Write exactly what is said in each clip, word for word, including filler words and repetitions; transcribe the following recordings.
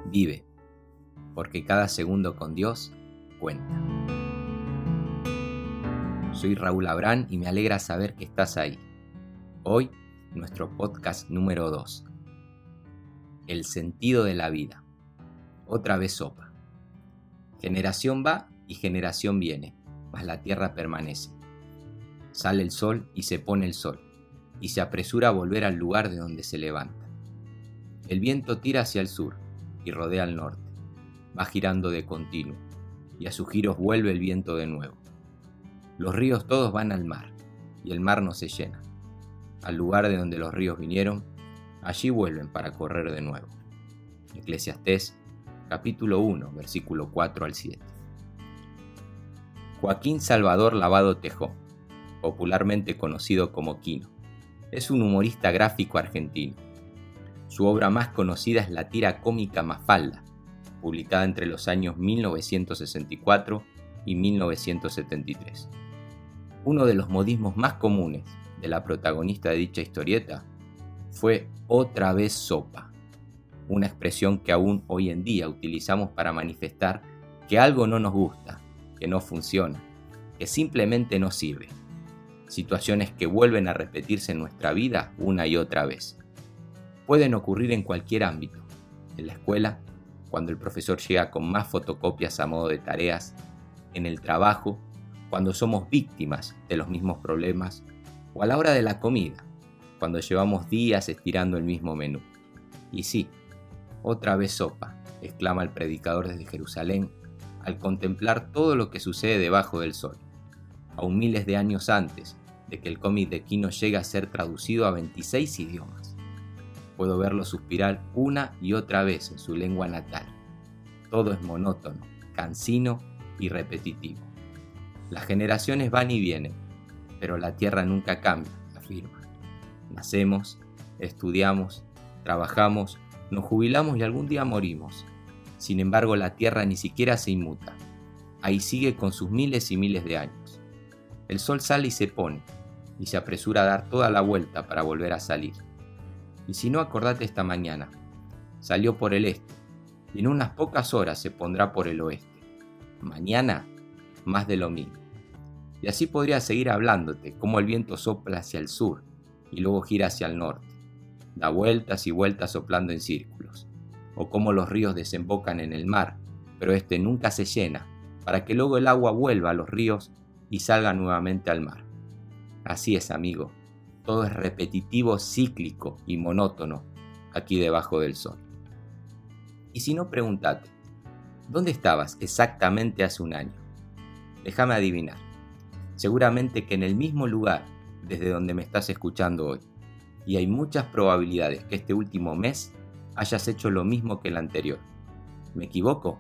Vive, porque cada segundo con Dios cuenta. Soy Raúl Abrán y me alegra saber que estás ahí. Hoy, nuestro podcast número dos. El sentido de la vida. Otra vez sopa. Generación va y generación viene, mas la tierra permanece. Sale el sol y se pone el sol, y se apresura a volver al lugar de donde se levanta. El viento tira hacia el sur y rodea al norte. Va girando de continuo, y a sus giros vuelve el viento de nuevo. Los ríos todos van al mar, y el mar no se llena. Al lugar de donde los ríos vinieron, allí vuelven para correr de nuevo. Eclesiastés, capítulo uno, versículo cuatro al siete. Joaquín Salvador Lavado Tejón, popularmente conocido como Quino, es un humorista gráfico argentino. Su obra más conocida es la tira cómica Mafalda, publicada entre los años mil novecientos sesenta y cuatro y mil novecientos setenta y tres. Uno de los modismos más comunes de la protagonista de dicha historieta fue "otra vez sopa", una expresión que aún hoy en día utilizamos para manifestar que algo no nos gusta, que no funciona, que simplemente no sirve. Situaciones que vuelven a repetirse en nuestra vida una y otra vez. Pueden ocurrir en cualquier ámbito. En la escuela, cuando el profesor llega con más fotocopias a modo de tareas. En el trabajo, cuando somos víctimas de los mismos problemas. O a la hora de la comida, cuando llevamos días estirando el mismo menú. Y sí, otra vez sopa, exclama el predicador desde Jerusalén al contemplar todo lo que sucede debajo del sol, aún miles de años antes de que el cómic de Quino llegue a ser traducido a veintiséis idiomas. Puedo verlo suspirar una y otra vez en su lengua natal. Todo es monótono, cansino y repetitivo. Las generaciones van y vienen, pero la tierra nunca cambia, afirma. Nacemos, estudiamos, trabajamos, nos jubilamos y algún día morimos. Sin embargo, la tierra ni siquiera se inmuta. Ahí sigue con sus miles y miles de años. El sol sale y se pone, y se apresura a dar toda la vuelta para volver a salir. Y si no, acordate esta mañana. Salió por el este, y en unas pocas horas se pondrá por el oeste. Mañana, más de lo mismo. Y así podría seguir hablándote, cómo el viento sopla hacia el sur, y luego gira hacia el norte. Da vueltas y vueltas soplando en círculos. O cómo los ríos desembocan en el mar, pero este nunca se llena, para que luego el agua vuelva a los ríos y salga nuevamente al mar. Así es, amigo, todo es repetitivo, cíclico y monótono aquí debajo del sol. Y si no, pregúntate, ¿dónde estabas exactamente hace un año? Déjame adivinar, seguramente que en el mismo lugar desde donde me estás escuchando hoy, y hay muchas probabilidades que este último mes hayas hecho lo mismo que el anterior. ¿Me equivoco?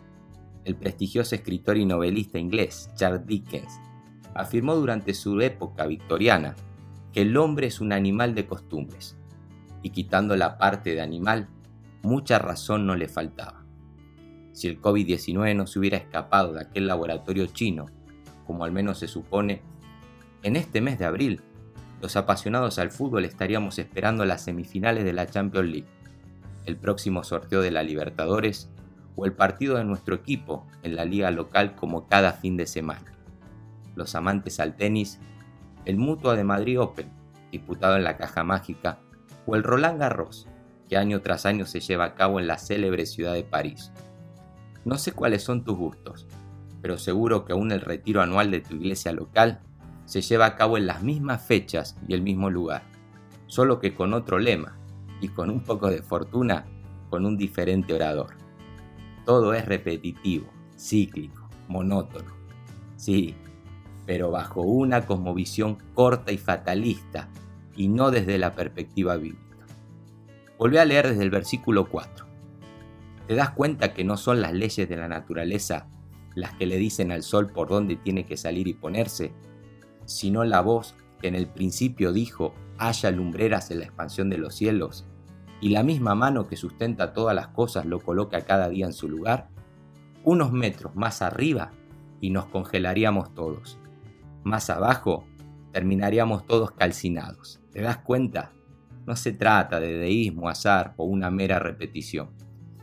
El prestigioso escritor y novelista inglés Charles Dickens afirmó durante su época victoriana que el hombre es un animal de costumbres, y quitando la parte de animal, mucha razón no le faltaba. Si el covid diecinueve no se hubiera escapado de aquel laboratorio chino, como al menos se supone, en este mes de abril, los apasionados al fútbol estaríamos esperando las semifinales de la Champions League, el próximo sorteo de la Libertadores o el partido de nuestro equipo en la liga local como cada fin de semana. Los amantes al tenis, el Mutua de Madrid Open, disputado en la Caja Mágica, o el Roland Garros, que año tras año se lleva a cabo en la célebre ciudad de París. No sé cuáles son tus gustos, pero seguro que aún el retiro anual de tu iglesia local se lleva a cabo en las mismas fechas y el mismo lugar, solo que con otro lema, y con un poco de fortuna, con un diferente orador. Todo es repetitivo, cíclico, monótono. Sí, pero bajo una cosmovisión corta y fatalista, y no desde la perspectiva bíblica. Volví a leer desde el versículo cuatro. ¿Te das cuenta que no son las leyes de la naturaleza las que le dicen al sol por dónde tiene que salir y ponerse, sino la voz que en el principio dijo: haya lumbreras en la expansión de los cielos, y la misma mano que sustenta todas las cosas lo coloca cada día en su lugar? Unos metros más arriba y nos congelaríamos todos. Más abajo terminaríamos todos calcinados. ¿Te das cuenta? No se trata de deísmo, azar o una mera repetición.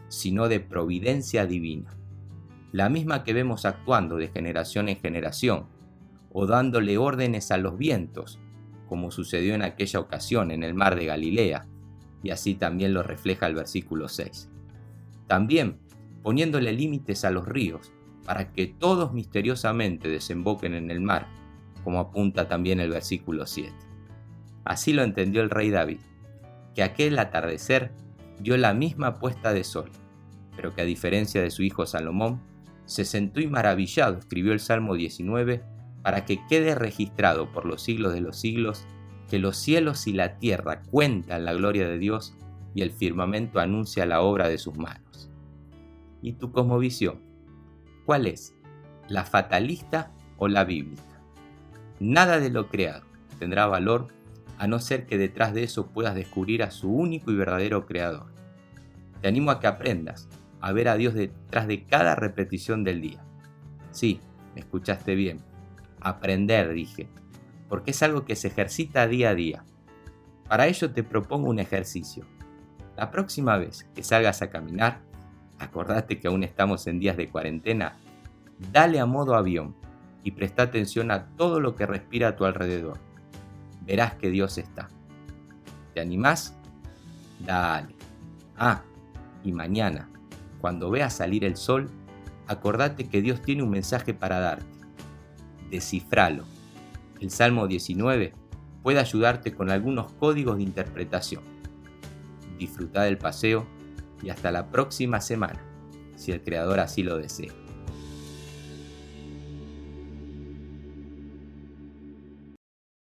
sino de providencia divina, la misma que vemos actuando de generación en generación, o dándole órdenes a los vientos, como sucedió en aquella ocasión en el mar de Galilea, y así también lo refleja el versículo seis. También poniéndole límites a los ríos, para que todos misteriosamente desemboquen en el mar, como apunta también el versículo siete. Así lo entendió el rey David, que aquel atardecer dio la misma puesta de sol, pero que a diferencia de su hijo Salomón, se sentó y maravillado escribió el Salmo diecinueve para que quede registrado por los siglos de los siglos que los cielos y la tierra cuentan la gloria de Dios y el firmamento anuncia la obra de sus manos. ¿Y tu cosmovisión? ¿Cuál es? ¿La fatalista o la bíblica? Nada de lo creado tendrá valor a no ser que detrás de eso puedas descubrir a su único y verdadero creador. Te animo a que aprendas a ver a Dios detrás de cada repetición del día. Sí, me escuchaste bien. Aprender, dije, porque es algo que se ejercita día a día. Para ello te propongo un ejercicio. La próxima vez que salgas a caminar, acordate que aún estamos en días de cuarentena, dale a modo avión y presta atención a todo lo que respira a tu alrededor. Verás que Dios está. ¿Te animás? Dale. Ah, y mañana, cuando veas salir el sol, acordate que Dios tiene un mensaje para darte. Descifralo. El Salmo diecinueve puede ayudarte con algunos códigos de interpretación. Disfruta del paseo y hasta la próxima semana, si el Creador así lo desea.